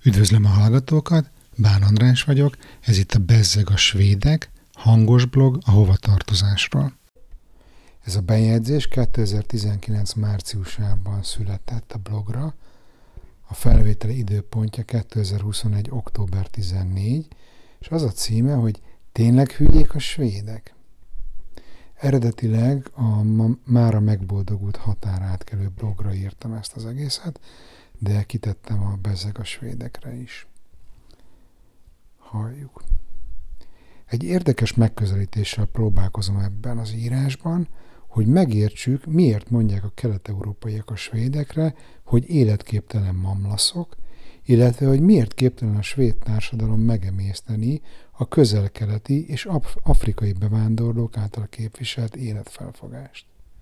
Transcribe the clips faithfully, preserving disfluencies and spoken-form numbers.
Üdvözlöm a hallgatókat, Bán András vagyok, ez itt a Bezzeg a svédek, hangos blog a hovatartozásról. Ez a bejegyzés kétezer-tizenkilenc márciusában született a blogra, a felvételi időpontja kétezer-huszonegy október tizennégy, és az a címe, hogy Tényleg hülyék a svédek? Eredetileg a mára megboldogult határátkelő blogra írtam ezt az egészet, de kitettem a Bezzeg a svédekre is. Halljuk. Egy érdekes megközelítéssel próbálkozom ebben az írásban, hogy megértsük, miért mondják a kelet-európaiak a svédekre, hogy életképtelen mamlaszok, illetve hogy miért képtelen a svéd társadalom megemészteni a közel-keleti és afrikai bevándorlók által képviselt életfelfogást.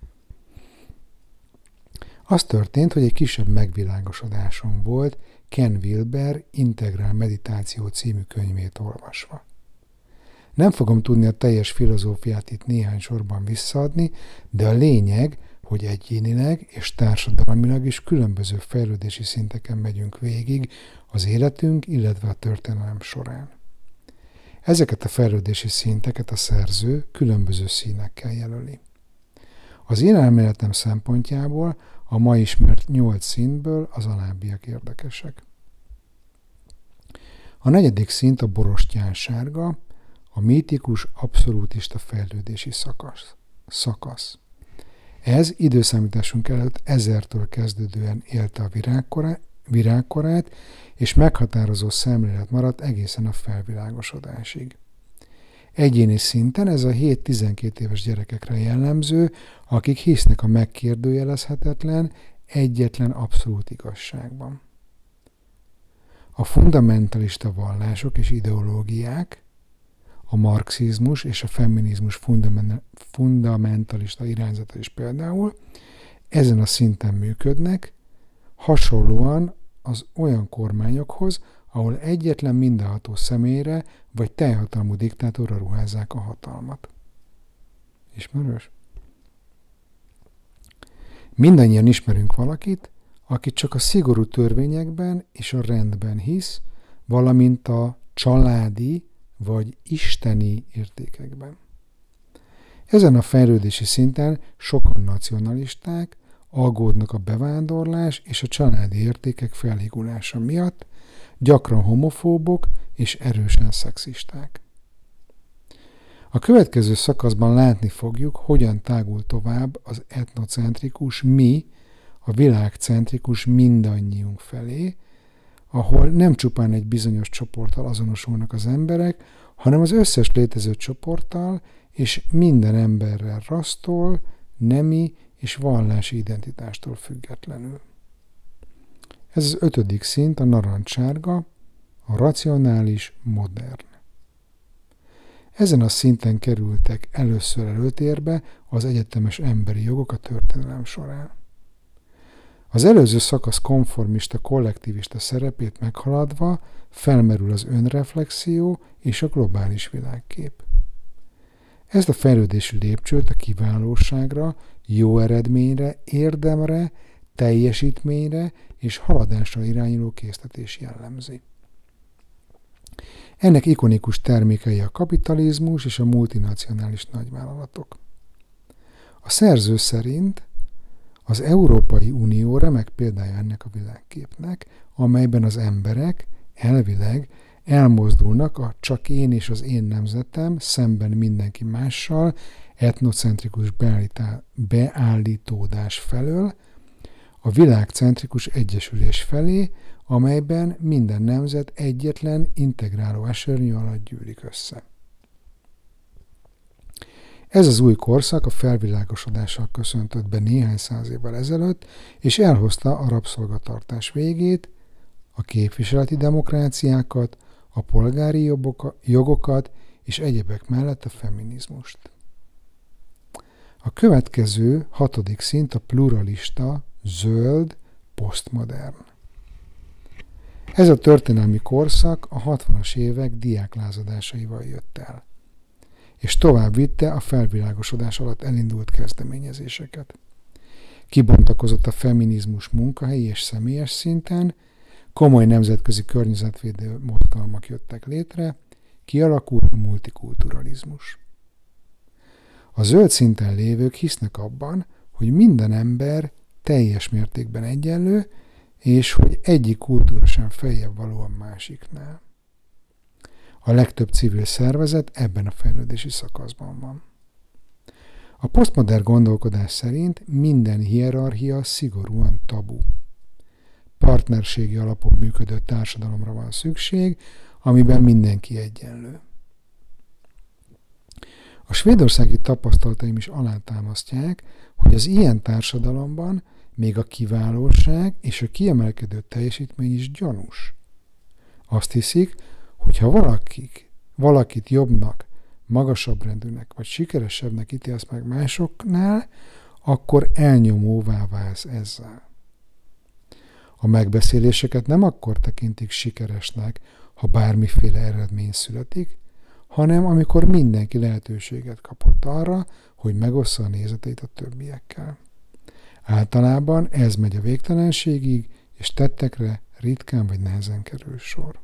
Az történt, hogy egy kisebb megvilágosodásom volt Ken Wilber Integrál meditáció című könyvét olvasva. Nem fogom tudni a teljes filozófiát itt néhány sorban visszaadni, de a lényeg, hogy egyénileg és társadalmilag is különböző fejlődési szinteken megyünk végig az életünk, illetve a történelem során. Ezeket a fejlődési szinteket a szerző különböző színekkel jelöli. Az én elméletem szempontjából a ma ismert nyolc szintből az alábbiak érdekesek. A negyedik szint a borostyánsárga, a mítikus, abszolútista fejlődési szakasz. szakasz. Ez időszámításunk előtt ezertől kezdődően élte a virágkorát, virágkorát, és meghatározó szemlélet maradt egészen a felvilágosodásig. Egyéni szinten ez a hét-tizenkét éves gyerekekre jellemző, akik hisznek a megkérdőjelezhetetlen, egyetlen abszolút igazságban. A fundamentalista vallások és ideológiák, a marxizmus és a feminizmus fundamentalista irányzata is például ezen a szinten működnek, hasonlóan az olyan kormányokhoz, ahol egyetlen mindenható személyre vagy teljhatalmú diktátorra ruházzák a hatalmat. Ismerős? Mindannyian ismerünk valakit, aki csak a szigorú törvényekben és a rendben hisz, valamint a családi vagy isteni értékekben. Ezen a fejlődési szinten sokan nacionalisták, aggódnak a bevándorlás és a családi értékek felhígulása miatt, gyakran homofóbok és erősen szexisták. A következő szakaszban látni fogjuk, hogyan tágul tovább az etnocentrikus mi, a világcentrikus mindannyiunk felé, ahol nem csupán egy bizonyos csoporttal azonosulnak az emberek, hanem az összes létező csoporttal és minden emberrel rassztól, nemi és vallási identitástól függetlenül. Ez az ötödik szint, a narancssárga, a racionális, modern. Ezen a szinten kerültek először előtérbe az egyetemes emberi jogok a történelem során. Az előző szakasz konformista, kollektivista szerepét meghaladva felmerül az önreflexió és a globális világkép. Ezt a fejlődési lépcsőt a kiválóságra, jó eredményre, érdemre, teljesítményre és haladásra irányuló késztetés jellemzi. Ennek ikonikus termékei a kapitalizmus és a multinacionális nagyvállalatok. A szerző szerint az Európai Unió remek példája ennek a világképnek, amelyben az emberek elvileg elmozdulnak a csak én és az én nemzetem szemben mindenki mással etnocentrikus beállítódás felől, a világcentrikus egyesülés felé, amelyben minden nemzet egyetlen integráló esernyő alatt gyűlik össze. Ez az új korszak a felvilágosodással köszöntött be néhány száz évvel ezelőtt, és elhozta a rabszolgatartás végét, a képviseleti demokráciákat, a polgári jogokat és egyebek mellett a feminizmust. A következő, hatodik szint a pluralista, zöld, posztmodern. Ez a történelmi korszak a hatvanas évek diáklázadásaival jött el, és tovább vitte a felvilágosodás alatt elindult kezdeményezéseket. Kibontakozott a feminizmus munkahelyi és személyes szinten, Komoly nemzetközi környezetvédő mozgalmak jöttek létre, kialakult a multikulturalizmus. A zöld szinten lévők hisznek abban, hogy minden ember teljes mértékben egyenlő, és hogy egyik kultúra sem feljebb való a másiknál. A legtöbb civil szervezet ebben a fejlődési szakaszban van. A posztmodern gondolkodás szerint minden hierarchia szigorúan tabu. Partnerségi alapon működő társadalomra van szükség, amiben mindenki egyenlő. A svédországi tapasztalataim is alátámasztják, hogy az ilyen társadalomban még a kiválóság és a kiemelkedő teljesítmény is gyanús. Azt hiszik, hogy ha valakik, valakit jobbnak, magasabb rendűnek vagy sikeresebbnek ítélsz meg másoknál, akkor elnyomóvá válsz ezzel. A megbeszéléseket nem akkor tekintik sikeresnek, ha bármiféle eredmény születik, hanem amikor mindenki lehetőséget kapott arra, hogy megossza a nézeteit a többiekkel. Általában ez megy a végtelenségig, és tettekre ritkán vagy nehezen kerül sor.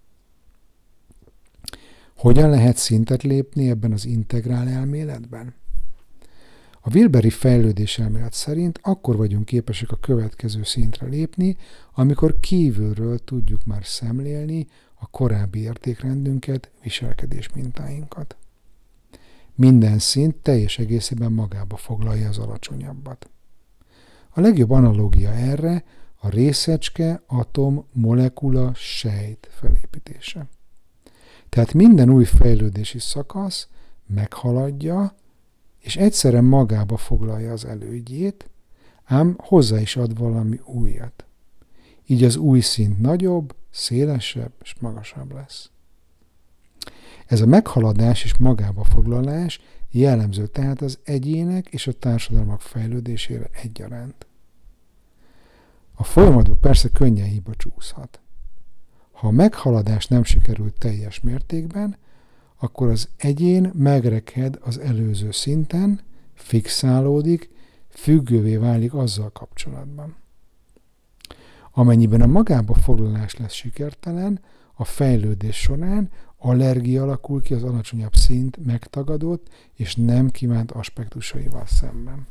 Hogyan lehet szintet lépni ebben az integrál elméletben? A Wilberi fejlődés elmélet szerint akkor vagyunk képesek a következő szintre lépni, amikor kívülről tudjuk már szemlélni a korábbi értékrendünket, viselkedés mintáinkat. Minden szint teljes egészében magába foglalja az alacsonyabbat. A legjobb analógia erre a részecske, atom, molekula, sejt felépítése. Tehát minden új fejlődési szakasz meghaladja, és egyszerre magába foglalja az elődjét, ám hozzá is ad valami újat. Így az új szint nagyobb, szélesebb és magasabb lesz. Ez a meghaladás és magába foglalás jellemző tehát az egyének és a társadalmak fejlődésére egyaránt. A folyamatban persze könnyen hiba csúszhat. Ha a meghaladás nem sikerült teljes mértékben, akkor az egyén megreked az előző szinten, fixálódik, függővé válik azzal kapcsolatban. Amennyiben a magába foglalás lesz sikertelen, a fejlődés során allergia alakul ki az alacsonyabb szint megtagadott és nem kívánt aspektusaival szemben.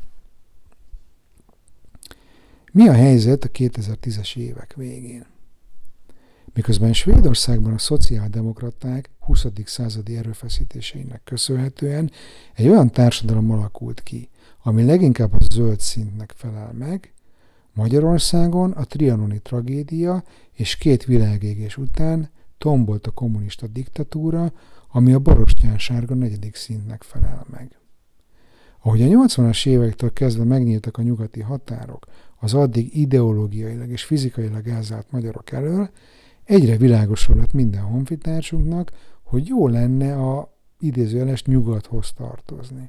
Mi a helyzet a kétezer-tízes évek végén? Miközben Svédországban a szociáldemokraták huszadik századi erőfeszítéseinek köszönhetően egy olyan társadalom alakult ki, ami leginkább a zöld szintnek felel meg, Magyarországon a trianoni tragédia és két világégés után tombolt a kommunista diktatúra, ami a borostyánsárga negyedik szintnek felel meg. Ahogy a nyolcvanas évektől kezdve megnyíltak a nyugati határok az addig ideológiailag és fizikailag elzárt magyarok elől, egyre világosabb lett minden honfitársunknak, hogy jó lenne a idézőjeles nyugathoz tartozni.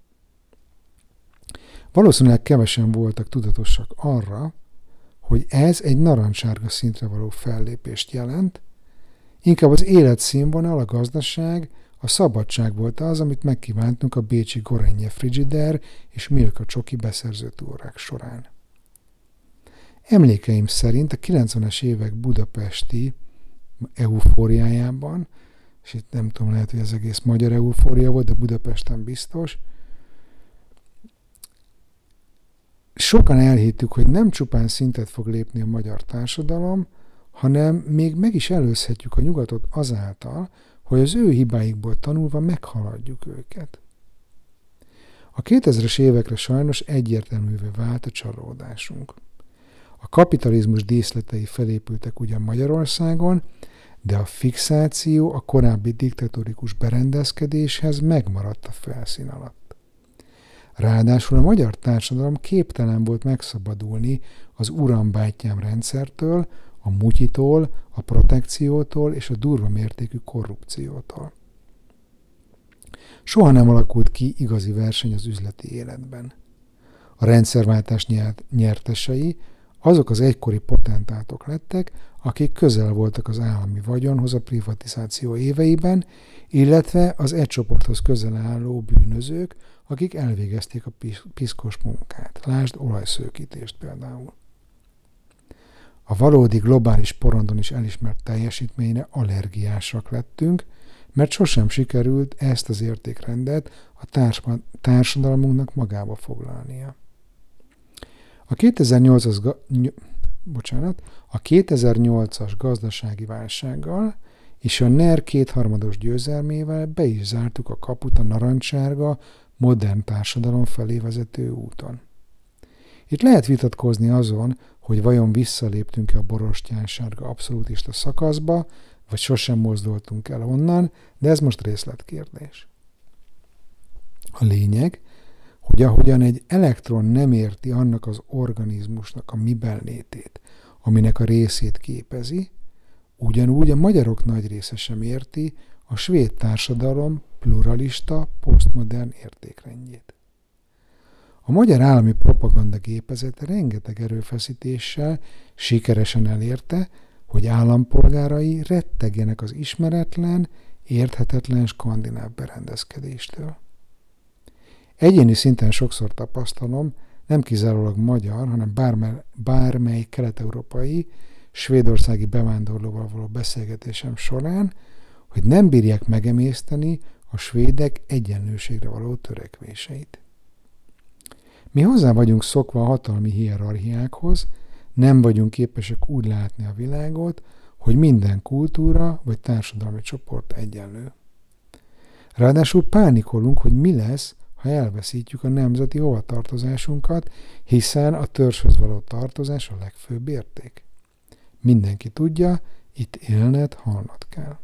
Valószínűleg kevesen voltak tudatosak arra, hogy ez egy narancssárga szintre való fellépést jelent, inkább az életszínvonal, a gazdaság, a szabadság volt az, amit megkívántunk a bécsi Gorenje Frigider és Milka Csoki beszerző túrák során. Emlékeim szerint a kilencvenes évek budapesti eufóriájában, és itt nem tudom, lehet, hogy ez egész magyar eufória volt, de Budapesten biztos, sokan elhittük, hogy nem csupán szintet fog lépni a magyar társadalom, hanem még meg is előzhetjük a nyugatot azáltal, hogy az ő hibáikból tanulva meghaladjuk őket. A kétezres évekre sajnos egyértelművé vált a csalódásunk. A kapitalizmus díszletei felépültek ugyan Magyarországon, de a fixáció a korábbi diktatórikus berendezkedéshez megmaradt a felszín alatt. Ráadásul a magyar társadalom képtelen volt megszabadulni az uram-bátyám rendszertől, a mutyitól, a protekciótól és a durva mértékű korrupciótól. Soha nem alakult ki igazi verseny az üzleti életben. A rendszerváltás nyertesei azok az egykori potentátok lettek, akik közel voltak az állami vagyonhoz a privatizáció éveiben, illetve az egy csoporthoz közel álló bűnözők, akik elvégezték a piszkos munkát. Lásd olajszőkítést például. A valódi globális porondon is elismert teljesítményre allergiásak lettünk, mert sosem sikerült ezt az értékrendet a társadalmunknak magába foglalnia. A kétezer-nyolcas, ny- bocsánat, a kétezer-nyolcas gazdasági válsággal és a NER kétharmados győzelmével be is zártuk a kaput a narancssárga, modern társadalom felé vezető úton. Itt lehet vitatkozni azon, hogy vajon visszaléptünk-e a borostyánsárga abszolútista szakaszba, vagy sosem mozdultunk el onnan, de ez most részletkérdés. A lényeg, hogy ahogyan egy elektron nem érti annak az organizmusnak a miben létét, aminek a részét képezi, ugyanúgy a magyarok nagy része sem érti a svéd társadalom pluralista, posztmodern értékrendjét. A magyar állami propaganda gépezet rengeteg erőfeszítéssel sikeresen elérte, hogy állampolgárai rettegjenek az ismeretlen, érthetetlen skandináv berendezkedéstől. Egyéni szinten sokszor tapasztalom, nem kizárólag magyar, hanem bármely, bármely kelet-európai, svédországi bevándorlóval való beszélgetésem során, hogy nem bírják megemészteni a svédek egyenlőségre való törekvéseit. Mi hozzá vagyunk szokva a hatalmi hierarchiákhoz, nem vagyunk képesek úgy látni a világot, hogy minden kultúra vagy társadalmi csoport egyenlő. Ráadásul pánikolunk, hogy mi lesz, ha elveszítjük a nemzeti hovatartozásunkat, hiszen a törzshöz való tartozás a legfőbb érték. Mindenki tudja, itt élned, halnod kell.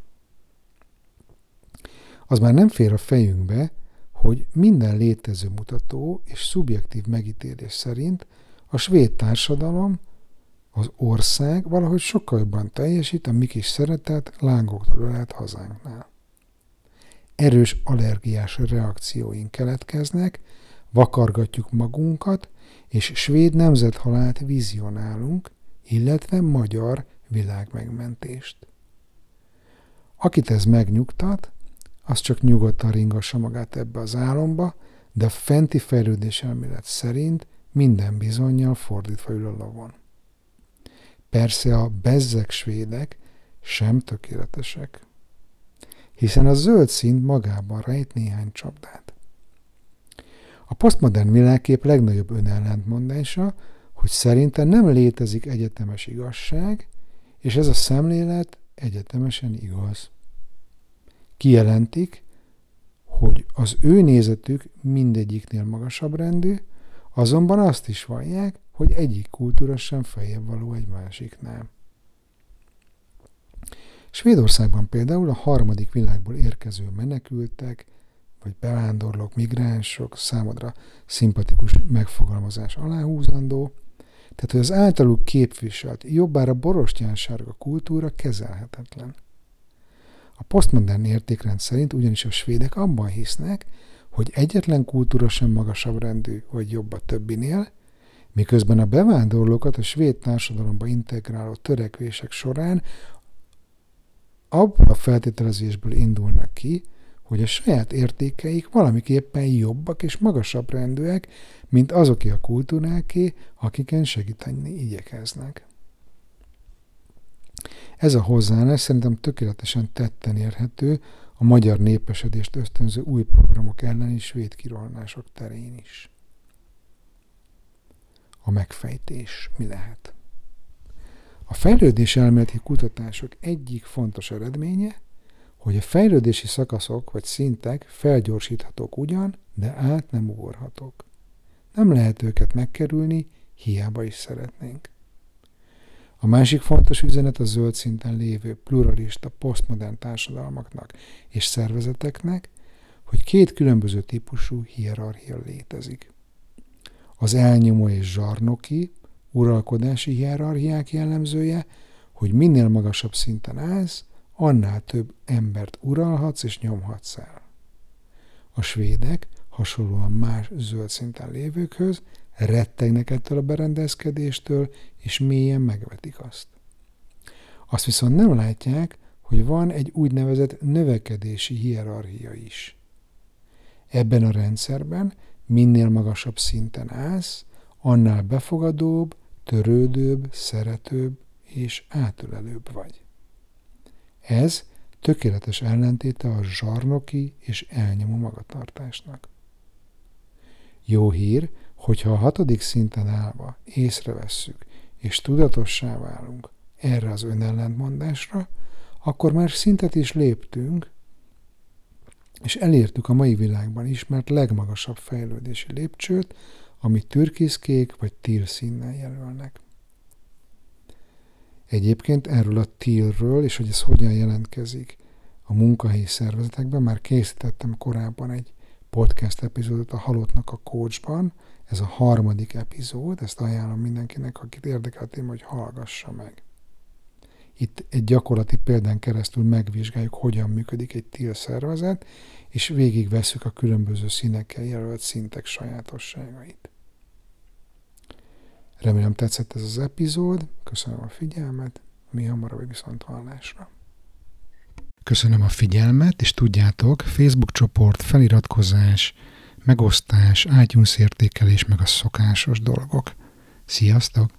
Az már nem fér a fejünkbe, hogy minden létező mutató és szubjektív megítélés szerint a svéd társadalom, az ország valahogy sokkal jobban teljesít a mi kis szeretett, lángoktól ölelt hazánknál. Erős allergiás reakcióink keletkeznek, vakargatjuk magunkat, és svéd nemzethalált vizionálunk, illetve magyar világmegmentést. Akit ez megnyugtat, az csak nyugodtan ringassa magát ebbe az álomba, de a fenti fejlődés elmélet szerint minden bizonnyal fordítva ül a lovon. Persze a bezzeg svédek sem tökéletesek, hiszen a zöld szín magában rejt néhány csapdát. A posztmodern világkép legnagyobb önellentmondása, hogy szerinte nem létezik egyetemes igazság, és ez a szemlélet egyetemesen igaz. Kijelentik, hogy az ő nézetük mindegyiknél magasabb rendű, azonban azt is vallják, hogy egyik kultúra sem feljebb való egy másiknál. Svédországban például a harmadik világból érkező menekültek, vagy bevándorlók, migránsok számodra szimpatikus megfogalmazás aláhúzandó, tehát hogy az általuk képviselt, jobbára borostyánsárga kultúra kezelhetetlen. A posztmodern értékrend szerint ugyanis a svédek abban hisznek, hogy egyetlen kultúra sem magasabb rendű vagy jobb a többinél, miközben a bevándorlókat a svéd társadalomba integráló törekvések során abból a feltételezésből indulnak ki, hogy a saját értékeik valamiképpen jobbak és magasabb rendűek, mint azoké a kultúráké, akiken segíteni igyekeznek. Ez a hozzáállás szerintem tökéletesen tetten érhető a magyar népesedést ösztönző új programok elleni svéd kirohanások terén is. A megfejtés mi lehet? A fejlődés elméleti kutatások egyik fontos eredménye, hogy a fejlődési szakaszok vagy szintek felgyorsíthatók ugyan, de át nem ugorhatók. Nem lehet őket megkerülni, hiába is szeretnénk. A másik fontos üzenet a zöld szinten lévő pluralista, posztmodern társadalmaknak és szervezeteknek, hogy két különböző típusú hierarchia létezik. Az elnyomó és zsarnoki, uralkodási hierarchiák jellemzője, hogy minél magasabb szinten állsz, annál több embert uralhatsz és nyomhatsz el. A svédek, hasonlóan más zöld szinten lévőkhöz, rettegnek ettől a berendezkedéstől, és mélyen megvetik azt. Azt viszont nem látják, hogy van egy úgynevezett növekedési hierarchia is. Ebben a rendszerben minél magasabb szinten állsz, annál befogadóbb, törődőbb, szeretőbb, és átölelőbb vagy. Ez tökéletes ellentéte a zsarnoki és elnyomó magatartásnak. Jó hír, hogyha a hatodik szinten állva észrevesszük és tudatossá válunk erre az önellentmondásra, akkor már szintet is léptünk, és elértük a mai világban ismert legmagasabb fejlődési lépcsőt, amit türkiszkék vagy teal színnel jelölnek. Egyébként erről a tealről, és hogy ez hogyan jelentkezik a munkahelyi szervezetekben, már készítettem korábban egy podcast epizódot a Halottnak a Coachban, ez a harmadik epizód, ezt ajánlom mindenkinek, akit érdekel a téma, hogy hallgassa meg. Itt egy gyakorlati példán keresztül megvizsgáljuk, hogyan működik egy teal szervezet, és végigvesszük a különböző színekkel jelölt szintek sajátosságait. Remélem tetszett ez az epizód, köszönöm a figyelmet, mi hamarabb viszont hallásra. Köszönöm a figyelmet, és tudjátok, Facebook csoport, feliratkozás, megosztás, iTunes értékelés, meg a szokásos dolgok. Sziasztok!